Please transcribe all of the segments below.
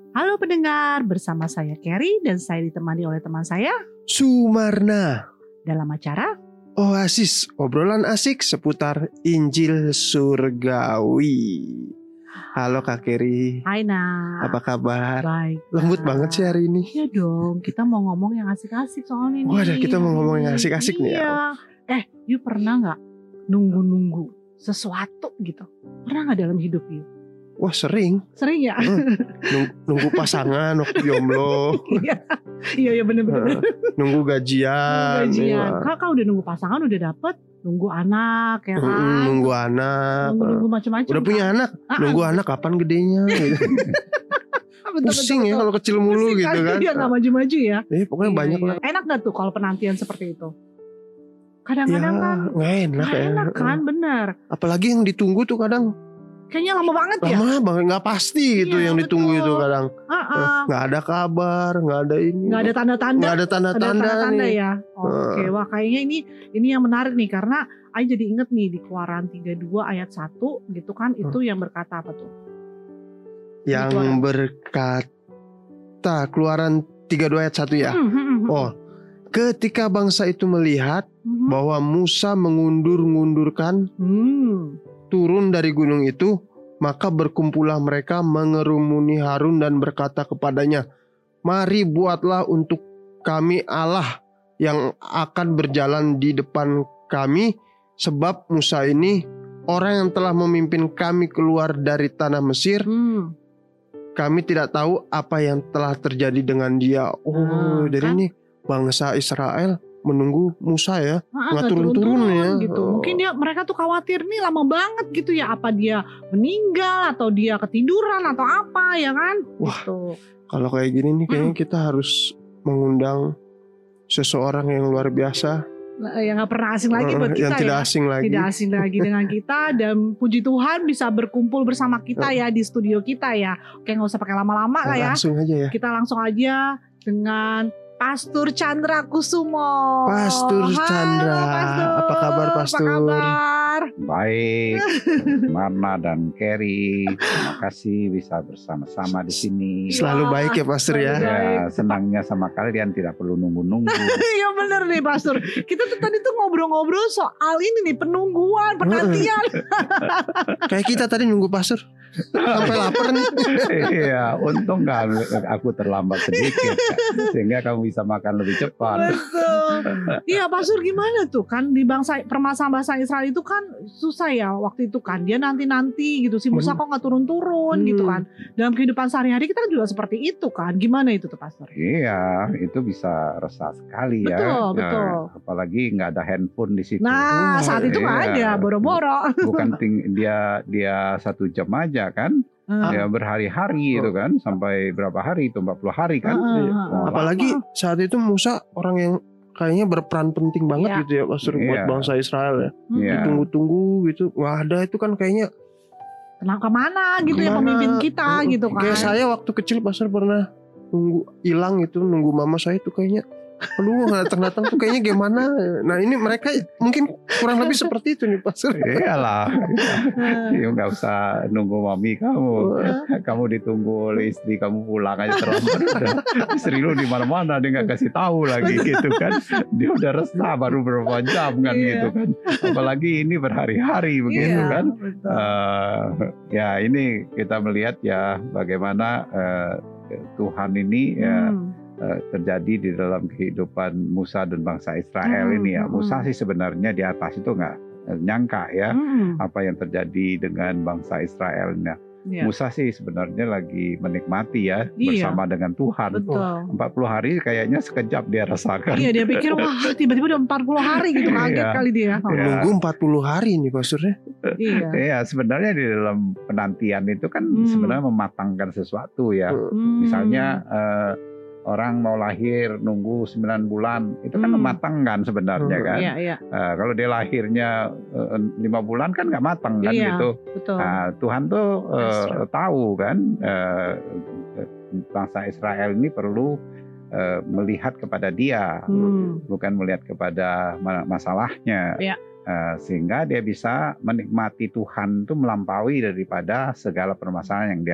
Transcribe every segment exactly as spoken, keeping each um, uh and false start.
Halo pendengar, bersama saya Kerry dan saya ditemani oleh teman saya Sumarna. dalam acara Oasis, obrolan asik seputar Injil Surgawi. Halo Kak Kerry. Hai Nak. Apa kabar? Baik. Lembut Kak. banget sih hari ini. Iya dong, kita mau ngomong yang asik-asik soalnya nih. Wadah, kita mau hari ngomong yang ini. asik-asik nih ya. Iya. Eh, you pernah gak nunggu-nunggu sesuatu gitu? Pernah gak dalam hidup you? Wah sering. Sering ya? Hmm, nunggu, nunggu pasangan waktu jomblo. Iya, iya iya, bener-bener. Nunggu gajian. Gajian. Kakak udah nunggu pasangan, udah dapet. Nunggu anak ya kan. Mm, nunggu anak. Nunggu-nunggu macam-macam. Udah punya anak. Ah, Nunggu ah. anak kapan gedenya gitu. Betul, Pusing betul, ya betul. kalau kecil mulu Pusing gitu kan. Iya gak maju-maju ya. Eh, pokoknya Iya, banyak iya. lah. Enak gak tuh kalau penantian seperti itu? Ya Kadang-kadang kan gak enak gak ya. enak kan, bener. Apalagi yang ditunggu tuh kadang Kayaknya lama banget ya. lama banget, nggak pasti gitu Iya, yang ditunggu betul. itu kadang. Ah, Nggak ada kabar, nggak ada ini. Nggak ada tanda-tanda. Nggak ada Ada tanda-tanda tanda-tanda nih. ya. Oke, wah kayaknya ini ini yang menarik nih karena Ay jadi inget nih di Keluaran tiga puluh dua ayat satu gitu kan, itu yang berkata apa tuh? Yang Keluaran. berkata Keluaran tiga puluh dua ayat satu ya. Hmm, hmm, hmm, Oh, ketika bangsa itu melihat hmm. bahwa Musa mengundur-ngundurkan Hmm. turun dari gunung itu, maka berkumpullah mereka mengerumuni Harun dan berkata kepadanya, "Mari buatlah untuk kami Allah yang akan berjalan di depan kami, sebab Musa ini orang yang telah memimpin kami keluar dari tanah Mesir. Hmm. Kami tidak tahu apa yang telah terjadi dengan dia." Oh, Nah, jadi kan? ini bangsa Israel menunggu Musa ya. Ah, Nggak nggak turun-turun ya. gitu. Oh. Mungkin dia mereka tuh khawatir nih lama banget gitu ya, apa dia meninggal atau dia ketiduran atau apa ya kan? Wah. Gitu. Kalau kayak gini nih kayaknya kita harus mengundang seseorang yang luar biasa. Nah, yang nggak pernah asing lagi buat Eh, kita yang tidak ya. asing lagi. Tidak asing lagi dengan kita, dan puji Tuhan bisa berkumpul bersama kita ya di studio kita ya. Oke, nggak usah pakai lama-lama lah ya. Langsung aja ya. Kita langsung aja dengan Pastor Chandra Kusumo. Pastor Halo, Chandra. Pastor. Apa kabar, Pastor? Apa kabar? Baik, Marna dan Kerry, terima kasih bisa bersama-sama di sini. Selalu Wah, baik ya Pastor ya. selalu Ya, baik. senangnya sama kalian tidak perlu nunggu-nunggu. Iya bener nih Pastor. Kita tuh tadi tuh ngobrol-ngobrol soal ini nih, penungguan, penantian. Kayak kita tadi nunggu Pastor sampai lapar nih. Iya, untung kan aku terlambat sedikit, sehingga kamu bisa makan lebih cepat. Betul. Iya Pastor, gimana tuh kan di bangsa permasalahan bangsa Israel itu kan susah ya waktu itu kan, dia nanti-nanti gitu, si Musa Hmm. kok nggak turun-turun Hmm. gitu kan. Dalam kehidupan sehari-hari kita juga seperti itu kan. Gimana itu tuh Pastor? Iya, itu bisa resah sekali ya. Betul, Nah, betul. apalagi nggak ada handphone di situ. Nah Wah, saat itu nggak iya. ada, boro-boro. Bukan ting- dia dia satu jam aja kan. Ah. Ya berhari-hari itu kan, sampai berapa hari itu, empat puluh hari kan. Ah, ah, Iya. ah, ah. Apalagi saat itu Musa orang yang kayaknya berperan penting banget Iya. gitu ya Pastor buat Iya. bangsa Israel ya. Hmm. Iya. Tunggu-tunggu gitu. Wah, ada itu kan kayaknya Tenang kemana gitu ya gimana? pemimpin kita Mm, gitu kan. Kayak saya waktu kecil Pastor pernah nunggu hilang itu, nunggu mama saya itu kayaknya aduh nggak datang-datang tuh kayaknya gimana. Nah ini mereka mungkin kurang lebih seperti itu nih Pastor. Iyalah, ya nggak usah nunggu mami kamu. Kamu ditunggu oleh istri kamu pulang aja terlambat. Udah. Istri lu di mana-mana, dia nggak kasih tahu lagi gitu kan. Dia udah resah baru beberapa jam kan Iya. gitu kan. Apalagi ini berhari-hari begitu Iya, kan. betul. Eh, ya ini kita melihat ya bagaimana eh, Tuhan ini ya Hmm. eh, terjadi di dalam kehidupan Musa dan bangsa Israel Hmm, ini ya. hmm. Musa sih sebenarnya di atas itu nggak eh, nyangka ya Hmm. apa yang terjadi dengan bangsa Israel. Nah, Iya. Musa sih sebenarnya lagi menikmati ya Iya. bersama dengan Tuhan. Betul. empat puluh hari kayaknya sekejap dia rasakan. Iya, dia pikir wah tiba-tiba udah empat puluh hari gitu, kaget Iya. kali dia. Oh, Iya. Nunggu empat puluh hari nih Pastor ya. Iya. Ya sebenarnya di dalam penantian itu kan Hmm. sebenarnya mematangkan sesuatu ya. Hmm. Misalnya eh, orang mau lahir nunggu sembilan bulan itu kan Hmm. mematangkan sebenarnya Hmm. kan. Iya, iya, Eh, kalau dia lahirnya eh, lima bulan kan nggak matang kan Iya. gitu. betul. Nah, Tuhan tuh eh, That's true. tahu kan eh, bangsa Israel ini perlu eh, melihat kepada Dia, Hmm. bukan melihat kepada ma- masalahnya. Iya. Eh, sehingga dia bisa menikmati Tuhan itu melampaui daripada segala permasalahan yang dia hid-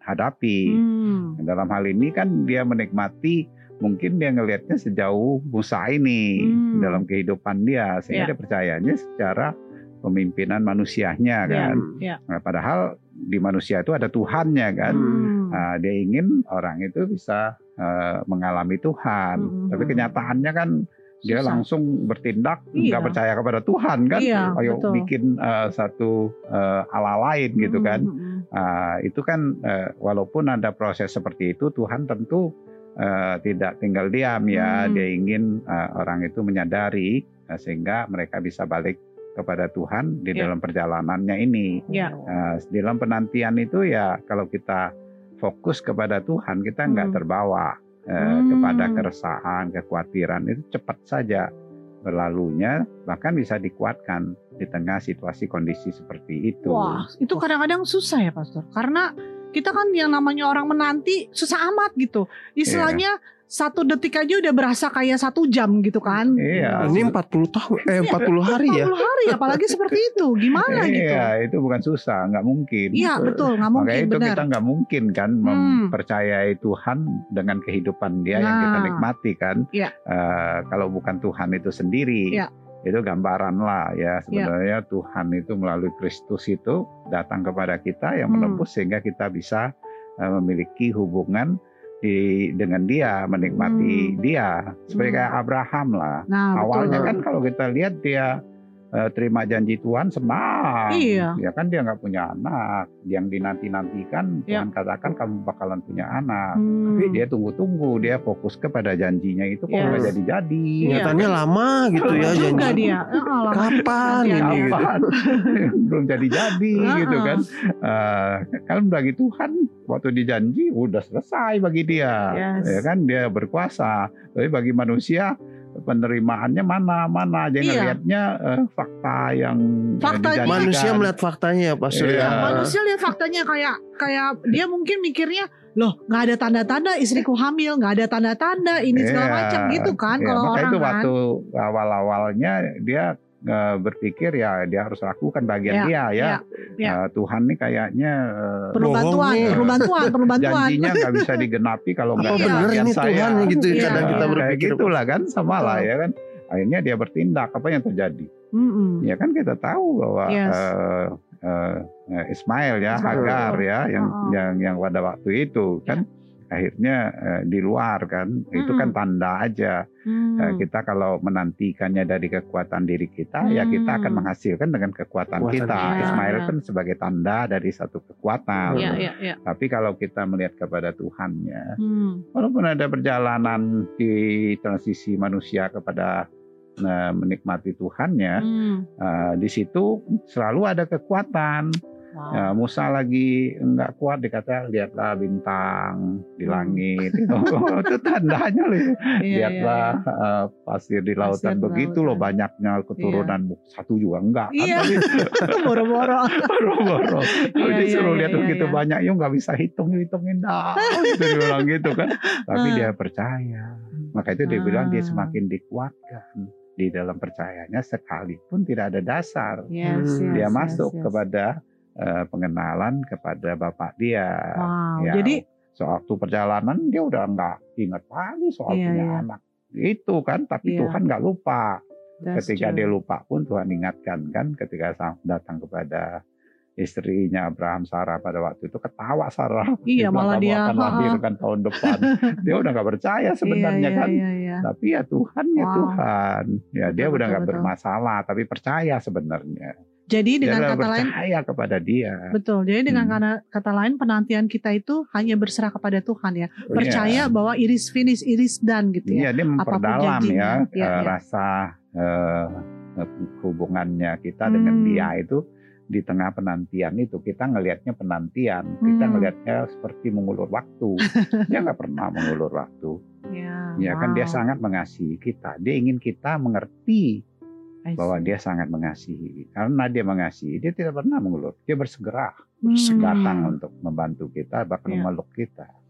hadapi. Hmm. Dalam hal ini kan dia menikmati, mungkin dia ngelihatnya sejauh Musa ini Hmm. dalam kehidupan dia, sehingga Ya. dia percayanya secara pemimpinan manusianya Ya, kan. ya. Nah, padahal di manusia itu ada Tuhannya kan. Hmm. Nah, dia ingin orang itu bisa uh, mengalami Tuhan, Hmm. tapi kenyataannya kan dia Susah. langsung bertindak Iya. nggak percaya kepada Tuhan kan. Iya, Ayo betul. bikin uh, satu uh, ala lain gitu Hmm, kan. hmm, hmm. Uh, itu kan uh, walaupun ada proses seperti itu, Tuhan tentu uh, tidak tinggal diam ya. Hmm. Dia ingin uh, orang itu menyadari uh, sehingga mereka bisa balik kepada Tuhan di Ya. dalam perjalanannya ini. Ya. Uh, dalam penantian itu ya kalau kita fokus kepada Tuhan, kita nggak Hmm. terbawa uh, Hmm. kepada keresahan, kekhawatiran. Itu cepat saja berlalunya, bahkan bisa dikuatkan di tengah situasi kondisi seperti itu. Wah, itu kadang-kadang susah ya, Pastor. Karena kita kan yang namanya orang menanti susah amat gitu. Istilahnya satu detik aja udah berasa kayak satu jam gitu kan. Iya. Ini empat puluh tahun, eh empat puluh hari ya. empat puluh hari apalagi seperti itu. Gimana gitu? Iya, itu bukan susah, nggak mungkin. Iya, betul, nggak mungkin, Makanya itu benar. kita nggak mungkin kan Hmm. mempercayai Tuhan dengan kehidupan Dia yang kita Nah. nikmati kan. Iya. Eh, kalau bukan Tuhan itu sendiri, Iya. itu gambaran lah ya. Sebenarnya Tuhan itu melalui Kristus itu datang kepada kita yang Hmm. menembus sehingga kita bisa eh, memiliki hubungan di dengan Dia, menikmati Hmm. Dia. Seperti Hmm. kayak Abraham lah. Nah, Awalnya betul. kan kalau kita lihat dia eh, terima janji Tuhan senang, Iya. ya kan dia nggak punya anak, yang dinanti-nantikan Ya. Tuhan katakan kamu bakalan punya anak, Hmm. tapi dia tunggu-tunggu, dia fokus kepada janjinya itu kok Yes. nggak jadi-jadi. Iya. Nyatanya lama gitu ya Lama juga janji. dia. Heeh, lama. Kapan Nanti ini ada. gitu. Kapan? Belum jadi-jadi gitu Heeh. kan. Eh, kan bagi Tuhan waktu dijanji udah selesai bagi dia, Yes. ya kan dia berkuasa. Tapi bagi manusia penerimaannya mana mana aja Iya. ngelihatnya eh, fakta yang eh, Faktanya. dijanjikan. Manusia melihat faktanya ya Pastor Iya. ya. Manusia lihat faktanya kayak kayak dia mungkin mikirnya loh nggak ada tanda-tanda istriku hamil, nggak ada tanda-tanda ini segala Iya. macam gitu kan Iya, kalau maka orang itu kan. waktu awal-awalnya dia eh, berpikir ya dia harus lakukan bagian Iya, dia ya. iya, iya. Eh, Tuhan nih kayaknya eh, Perlu bohong bantuan, nih. perlu bantuan, perlu bantuan. janjinya nggak bisa digenapi kalau nggak Apa ada Iya. bener bagian ini saya. Tuhan gitu Iya, kadang kita iya. berpikir. Kayak gitulah kan, sama lah Betul. ya kan. Akhirnya dia bertindak, apa yang terjadi? Mm-mm. Ya kan kita tahu bahwa Yes. eh, eh, eh, Ismail ya, Ismail. Hagar ya, yang Oh, oh. yang yang pada waktu itu kan akhirnya eh, di luar kan, itu Mm-mm. kan tanda aja. Hmm. Eh, kita kalau menantikannya dari kekuatan diri kita, ya kita akan Hmm. menghasilkan dengan kekuatan Kekuatan kita. kita. Ismail Ya. kan sebagai tanda dari satu kekuatan. Iya, iya, iya. Tapi kalau kita melihat kepada Tuhannya, Hmm. walaupun ada perjalanan di transisi manusia kepada eh, menikmati Tuhannya, Hmm. eh, di situ selalu ada kekuatan. Wow. Ya, Musa lagi nggak kuat dikata lihatlah bintang di Hmm. langit. Oh, itu tandanya loh. Iya, Lihatlah iya, eh, pasir di lautan Pasir di begitu lautan. loh banyaknya keturunan satu juga enggak kan, Iya. tapi Boro-boro. boro-boro. Kalau Iya, disuruh iya, lihat iya, begitu iya. banyak, yuk nggak bisa hitung hitungin dah. Gitu dibilang gitu kan. Tapi Ah. dia percaya. Maka itu dia bilang dia Ah. semakin dikuatkan di dalam percayanya sekalipun tidak ada dasar. Yes, Hmm. yes, Dia yes, masuk yes. kepada eh, pengenalan kepada bapak dia. Wow. Ya, Jadi sewaktu perjalanan dia udah nggak ingat lagi soal Iya, punya iya. anak. Itu kan, tapi Iya. Tuhan nggak lupa. that's Ketika true. dia lupa pun Tuhan ingatkan kan, ketika sang- datang kepada istrinya Abraham, Sarah pada waktu itu ketawa Sarah. Iya, bilang, malah "Kamu dia, akan ha-ha." lahirkan tahun depan. Dia udah nggak percaya sebenarnya iya, kan. Iya, iya. Tapi ya Tuhan ya Wow. Tuhan. Ya dia Betul, udah nggak betul, betul. bermasalah, tapi percaya sebenarnya. Jadi Dia dengan udah kata lain percaya kepada dia. betul. Jadi dengan Hmm. kata, kata lain penantian kita itu hanya berserah kepada Tuhan ya. Iya. Percaya bahwa iris finish, iris done gitu Iya, ya. dia Apapun memperdalam janjinya. ya, Iya, eh, iya. rasa eh, hubungannya kita dengan Hmm. dia itu di tengah penantian itu. Kita ngelihatnya penantian, kita Hmm. ngelihatnya seperti mengulur waktu. Dia nggak pernah mengulur waktu. Ya, Ya kan dia wow. sangat mengasihi kita. Dia ingin kita mengerti I see. bahwa dia sangat mengasihi. Karena dia mengasihi, dia tidak pernah mengulur. Dia bersegera Hmm. datang untuk membantu kita, bahkan Iya. memeluk kita.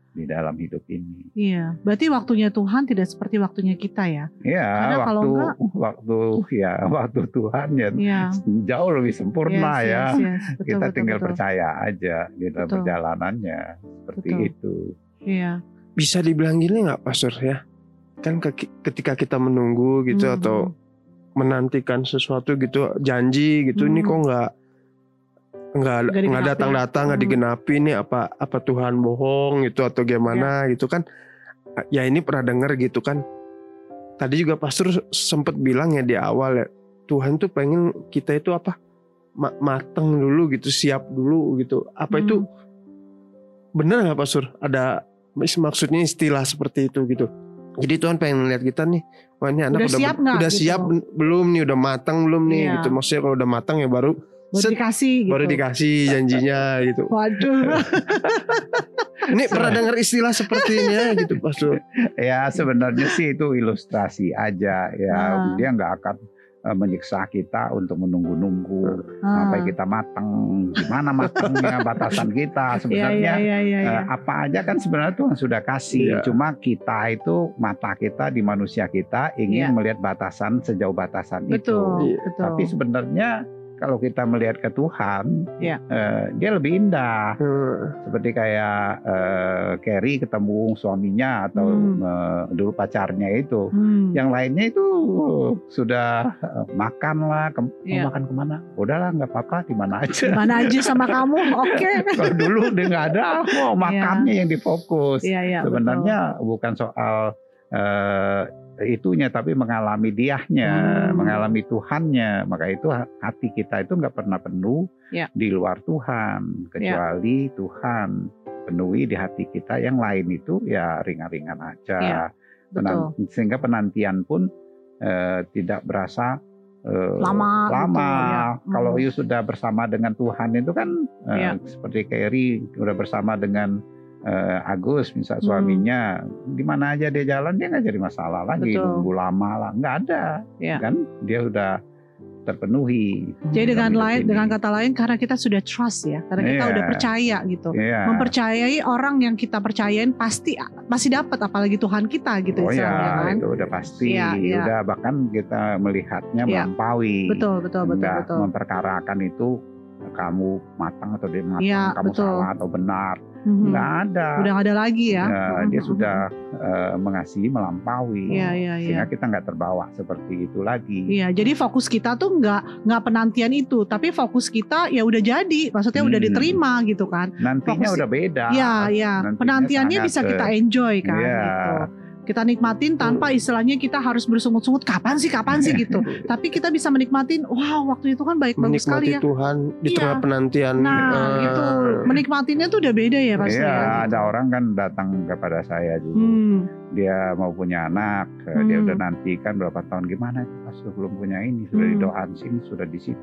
di dalam hidup ini. Iya, berarti waktunya Tuhan tidak seperti waktunya kita ya. Ya, Karena waktu kalau enggak- waktu ya waktu Tuhan ya Iya. jauh lebih sempurna Yes, ya. yes, yes. Betul, Kita betul, tinggal betul. percaya aja di dalam Betul. perjalanannya seperti Betul. itu. Iya. Bisa dibilang gini nggak Pastor ya? Kan ke- ketika kita menunggu gitu Hmm. atau menantikan sesuatu gitu, janji gitu, ini Hmm. kok nggak nggak Nggak nggak digenapi. datang-datang, nggak Hmm. digenapi, nih apa apa Tuhan bohong gitu atau gimana gitu kan? Ya ini pernah dengar gitu kan? Tadi juga Pastor sempat bilang ya di awal ya, Tuhan tuh pengen kita itu apa? Ma- mateng dulu gitu, siap dulu gitu. Apa Hmm. itu benar nggak Pastor? Ada maksudnya istilah seperti itu gitu. Jadi Tuhan pengen lihat kita nih, wah ini anak Udah udah siap ber- nggak udah gitu? siap belum nih, udah matang belum nih Iya. gitu. Maksudnya kalau udah matang ya baru Baru set, dikasih gitu. baru dikasih janjinya gitu. Waduh. Ini pernah dengar istilah seperti ini ya gitu Pastor. Ya sebenarnya sih itu ilustrasi aja ya. Ah. Dia nggak akan eh, menyiksa kita untuk menunggu-nunggu Ah. sampai kita matang. Gimana matangnya batasan kita Iya, sebenarnya. iya, iya, iya, iya. Eh, apa aja kan sebenarnya Tuhan sudah kasih. Iya. Cuma kita itu mata kita di manusia kita ingin Iya. melihat batasan sejauh batasan Betul, itu. Iya. betul. Tapi sebenarnya kalau kita melihat ke Tuhan, Iya. eh, dia lebih indah. Hmm. Seperti kayak eh, Carrie ketemu suaminya atau Hmm. eh, dulu pacarnya itu. Hmm. Yang lainnya itu sudah eh, makan lah, ke, mau Iya. makan kemana? Udahlah nggak apa-apa, di mana aja. Mana aja sama kamu, oke. Kalau dulu dia nggak ada, mau makannya yang difokus. Iya, iya. Sebenarnya bukan soal eh, itunya, tapi mengalami diahnya, Hmm. mengalami Tuhannya. Maka itu hati kita itu nggak pernah penuh Ya. di luar Tuhan, kecuali Tuhan penuhi di hati kita. Yang lain itu ya ringan-ringan aja. Ya, Penan- betul. sehingga penantian pun eh, tidak berasa eh, Lama gitu, lama. ya. Hmm. Kalau you sudah bersama dengan Tuhan itu kan eh, Ya. seperti Carrie udah bersama dengan eh, Agus, misal Hmm. suaminya, di mana aja dia jalan dia nggak jadi masalah lagi, Betul. nunggu lama lah, nggak ada, Ya. kan? Dia sudah terpenuhi. Jadi dengan dalam hidup lain, ini. dengan kata lain, karena kita sudah trust ya, karena kita Iya. udah percaya gitu. Iya. Mempercayai orang yang kita percayain pasti pasti dapat, apalagi Tuhan kita gitu Oh istilahnya ya, kan. itu udah pasti. Iya, iya. Udah bahkan kita melihatnya Iya. melampaui. Betul, betul, betul, Nggak betul. memperkarakan itu kamu matang atau dia matang, Iya, kamu betul. salah atau benar. Mhm. Nggak ada. Udah gak ada lagi ya. Ya, Mhm, dia mhm. sudah eh, mengasihi melampaui. Iya, iya, iya. Sehingga kita nggak terbawa seperti itu lagi. Iya, jadi fokus kita tuh nggak nggak penantian itu, tapi fokus kita ya udah jadi, maksudnya udah Hmm. diterima gitu kan. Nantinya fokus- udah beda. Iya, iya. Nantinya Penantiannya sangat, bisa kita eh, enjoy kan iya. gitu. Kita nikmatin tanpa istilahnya kita harus bersungut-sungut kapan sih, kapan sih gitu. Tapi kita bisa menikmatin, wow waktu itu kan baik bagus sekali Menikmati ya. Tuhan di Iya. tengah penantian. Nah, eh, gitu. Menikmatinya tuh udah beda ya pasti Iya, ya. gitu. ada orang kan datang kepada saya dulu. Hmm, Dia mau punya anak, eh, dia Hmm. udah nantikan berapa tahun, gimana itu pas belum punya ini, sudah Hmm. didoain sini, sudah di situ.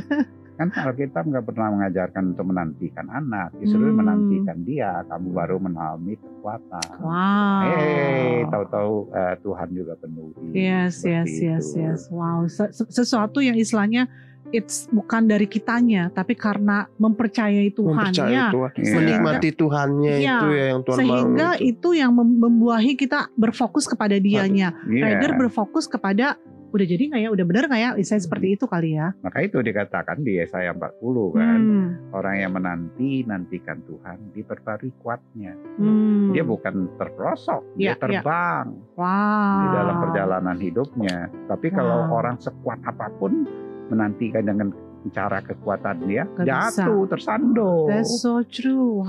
Kan Alkitab nggak pernah mengajarkan untuk menantikan anak, justru Hmm. menantikan dia, kamu baru mengalami kekuatan. wow. Eh, tahu-tahu eh, Tuhan juga penuhi. Yes, yes, Seperti yes, itu. yes. Wow, Se- sesuatu yang istilahnya it's bukan dari kitanya, tapi karena mempercayai Tuhan mempercayai ya. Tuhan, Iya. menikmati Tuhannya Iya. itu ya yang Tuhan Sehingga mau. Gitu. itu yang mem- membuahi kita berfokus kepada dianya. Iya. Rather berfokus kepada udah jadi nggak ya, udah benar nggak ya, saya seperti itu kali ya. Maka itu dikatakan di Yesaya empat puluh kan, Hmm, orang yang menanti nantikan Tuhan diperbarui kuatnya. hmm. Dia bukan terperosok, Iya, dia terbang Wow. di dalam perjalanan hidupnya. Tapi kalau Wow. orang sekuat apapun menantikan dengan cara kekuatan dia, Gak jatuh, tersandung. That's so true. Wow.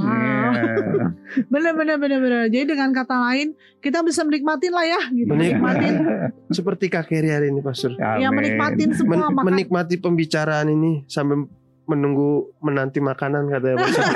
Iya. Bener, bener, bener, bener. Jadi dengan kata lain, kita bisa menikmatin lah ya, gitu. Menik- Menikmatin, Seperti Kak Keri hari ini Pastor. ya Amin. menikmatin semua Men- makan. menikmati pembicaraan ini sambil menunggu menanti makanan katanya Pastor.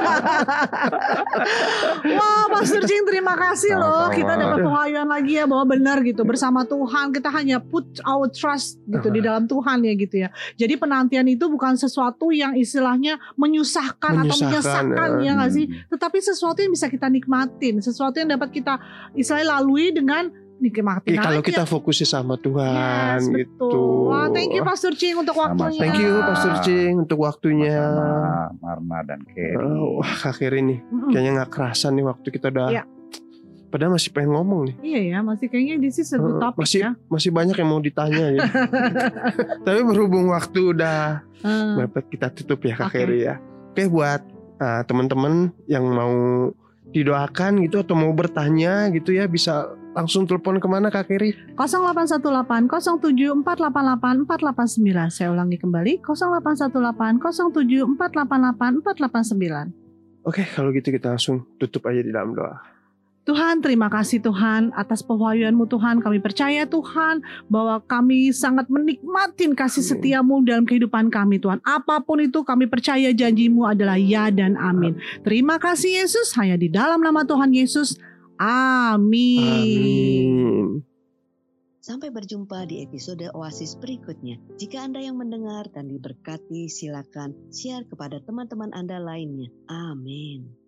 Wah, Pastor Cing, terima kasih loh. Sama-sama. Kita dapat penghayuan lagi ya bahwa benar gitu, bersama Tuhan kita hanya put our trust gitu di dalam Tuhan ya gitu ya. Jadi penantian itu bukan sesuatu yang istilahnya menyusahkan, atau Menyusahkan, menyesakan ya. ya nggak sih? Hmm. Tetapi sesuatu yang bisa kita nikmatin, sesuatu yang dapat kita istilahnya lalui dengan nikmatin Ya, kalau aja. kita fokusnya sama Tuhan Yes, gitu. betul. Wah, thank you Pastor Cing untuk Sama-sama. waktunya. Thank you Pastor Cing untuk waktunya. Sama-sama Marna dan Kerry. Oh, wah Kak Kerry nih, Mm-mm. kayaknya nggak kerasa nih waktu kita udah. Iya. Padahal masih pengen ngomong nih. Iya ya, masih kayaknya this is a good Eh, topic masih ya. masih banyak yang mau ditanya ya. Tapi berhubung waktu udah Eh, mepet, kita tutup ya Kak Oke. Kerry ya. Oke, buat uh, teman-teman yang mau didoakan gitu atau mau bertanya gitu ya, bisa langsung telepon kemana Kak Kerry? nol delapan satu delapan nol tujuh empat delapan delapan empat delapan sembilan. Saya ulangi kembali nol delapan satu delapan nol tujuh empat delapan delapan empat delapan sembilan. Oke, kalau gitu kita langsung tutup aja di dalam doa. Tuhan, terima kasih Tuhan atas pewahyuan-Mu Tuhan. Kami percaya Tuhan bahwa kami sangat menikmatin kasih Amin. setia-Mu dalam kehidupan kami Tuhan. Apapun itu kami percaya janji-Mu adalah ya dan amin. Terima kasih Yesus, hanya di dalam nama Tuhan Yesus. Amin. Amin. Sampai berjumpa di episode Oasis berikutnya. Jika Anda yang mendengar dan diberkati, silakan share kepada teman-teman Anda lainnya. Amin.